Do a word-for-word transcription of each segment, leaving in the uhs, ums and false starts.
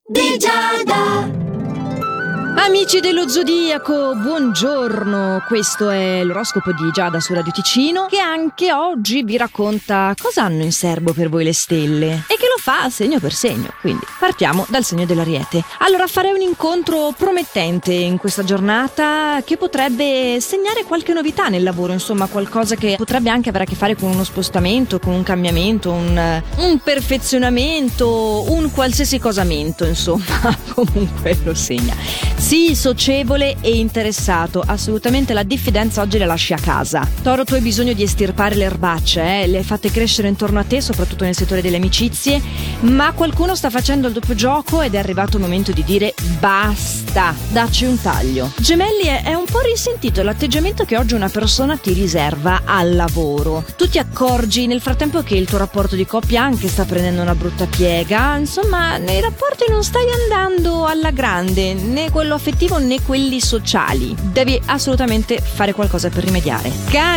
di Giada. Amici dello Zodiaco, buongiorno, questo è l'oroscopo di Giada su Radio Ticino, che anche oggi vi racconta cosa hanno in serbo per voi le stelle e che lo fa segno per segno, quindi partiamo dal segno dell'Ariete. Allora, farei un incontro promettente in questa giornata che potrebbe segnare qualche novità nel lavoro, insomma qualcosa che potrebbe anche avere a che fare con uno spostamento, con un cambiamento, un, un perfezionamento, un qualsiasi cosamento, insomma, comunque lo segna. Sii socievole e interessato, assolutamente la diffidenza oggi la lasci a casa. Toro, tu hai bisogno di estirpare le erbacce, eh? le hai fatte crescere intorno a te, soprattutto nel settore delle amicizie, ma qualcuno sta facendo il doppio gioco ed è arrivato il momento di dire basta, dacci un taglio. Gemelli, è, è un po' risentito l'atteggiamento che oggi una persona ti riserva al lavoro. Tu ti accorgi nel frattempo che il tuo rapporto di coppia anche sta prendendo una brutta piega, insomma nei rapporti non stai andando alla grande, né quello affettivo né quelli sociali. Devi assolutamente fare qualcosa per rimediare.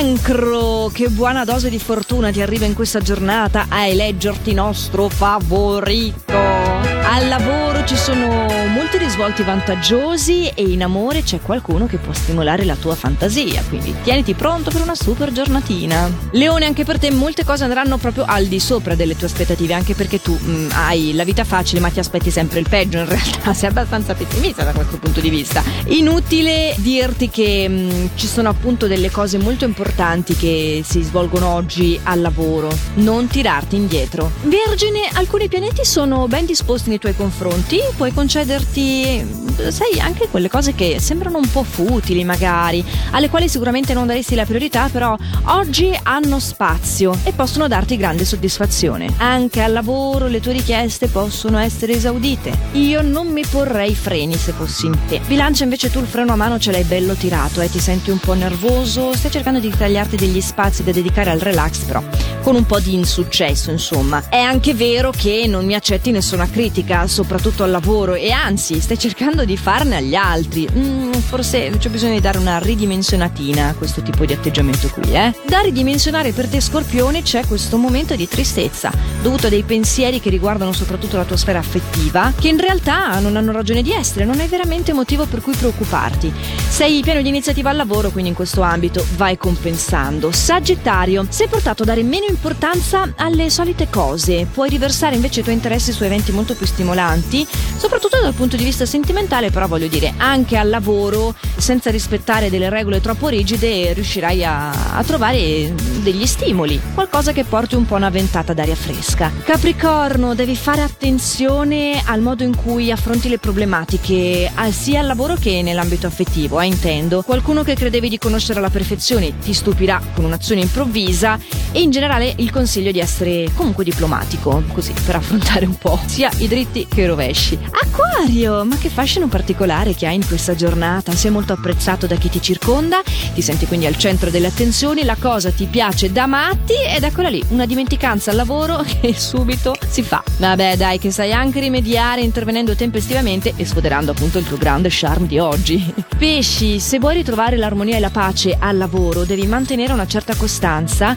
Cancro, che buona dose di fortuna ti arriva in questa giornata a eleggerti nostro favorito. Al lavoro ci sono molti risvolti vantaggiosi e in amore c'è qualcuno che può stimolare la tua fantasia, quindi tieniti pronto per una super giornatina. Leone, anche per te molte cose andranno proprio al di sopra delle tue aspettative, anche perché tu mh, hai la vita facile ma ti aspetti sempre il peggio, in realtà sei abbastanza pessimista da questo punto di vista. Inutile dirti che mh, ci sono appunto delle cose molto importanti che si svolgono oggi al lavoro, non tirarti indietro. Vergine, alcuni pianeti sono ben disposti nei tuoi confronti, puoi concederti, sai, anche quelle cose che sembrano un po' futili magari, alle quali sicuramente non daresti la priorità, però oggi hanno spazio e possono darti grande soddisfazione. Anche al lavoro le tue richieste possono essere esaudite. Io non mi porrei freni se fossi in te. Bilancia, invece tu il freno a mano ce l'hai bello tirato, eh? Ti senti un po' nervoso, stai cercando di tagliarti degli spazi da dedicare al relax, però con un po' di insuccesso, insomma. È anche vero che non mi accetti nessuna critica, soprattutto al lavoro, e anzi stai cercando di farne agli altri. Mm, forse c'è bisogno di dare una ridimensionatina a questo tipo di atteggiamento qui, eh? Da ridimensionare per te, Scorpione, c'è questo momento di tristezza dovuto a dei pensieri che riguardano soprattutto la tua sfera affettiva, che in realtà non hanno ragione di essere, non hai veramente motivo per cui preoccuparti. Sei pieno di iniziativa al lavoro, quindi in questo ambito vai compensando. Sagittario, sei portato a dare meno importanza alle solite cose, puoi riversare invece i tuoi interessi su eventi molto più stimolanti, soprattutto dal punto di vista sentimentale, però voglio dire, anche al lavoro, senza rispettare delle regole troppo rigide, riuscirai a, a trovare degli stimoli, qualcosa che porti un po' una ventata d'aria fresca. Capricorno, devi fare attenzione al modo in cui affronti le problematiche, sia al lavoro che nell'ambito affettivo, eh, intendo. Qualcuno che credevi di conoscere alla perfezione ti stupirà con un'azione improvvisa, e in generale il consiglio è di essere comunque diplomatico, così per affrontare un po' sia i dritti che i rovesci. Acquario, ma che fascino particolare che hai in questa giornata, sei molto apprezzato da chi ti circonda, ti senti quindi al centro delle attenzioni, la cosa ti piace da matti ed eccola lì, una dimenticanza al lavoro che subito si fa. Vabbè dai, che sai anche rimediare intervenendo tempestivamente e sfoderando appunto il tuo grande charme di oggi. Pesci, se vuoi ritrovare l'armonia e la pace al lavoro devi mantenere una certa costanza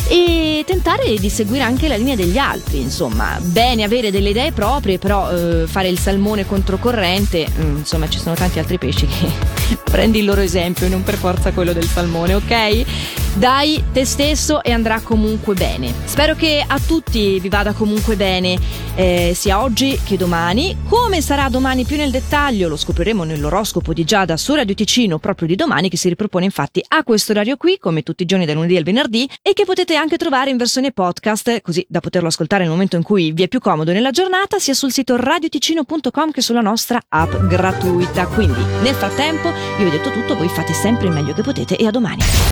e tentare di seguire anche la linea degli altri, insomma, bene avere delle idee proprie, però eh, fare il salmone controcorrente, mm, insomma ci sono tanti altri pesci che prendi il loro esempio e non per forza quello del salmone, ok? Dai te stesso e andrà comunque bene. Spero che a tutti vi vada comunque bene, eh, sia oggi che domani. Come sarà domani più nel dettaglio lo scopriremo nell'oroscopo di Giada su Radio Ticino proprio di domani, che si ripropone infatti a questo orario qui, come tutti i giorni dal lunedì al venerdì, e che potete anche trovare in versione podcast, così da poterlo ascoltare nel momento in cui vi è più comodo nella giornata, sia sul sito radioticino punto com che sulla nostra app gratuita. Quindi nel frattempo io vi ho detto tutto, voi fate sempre il meglio che potete e a domani.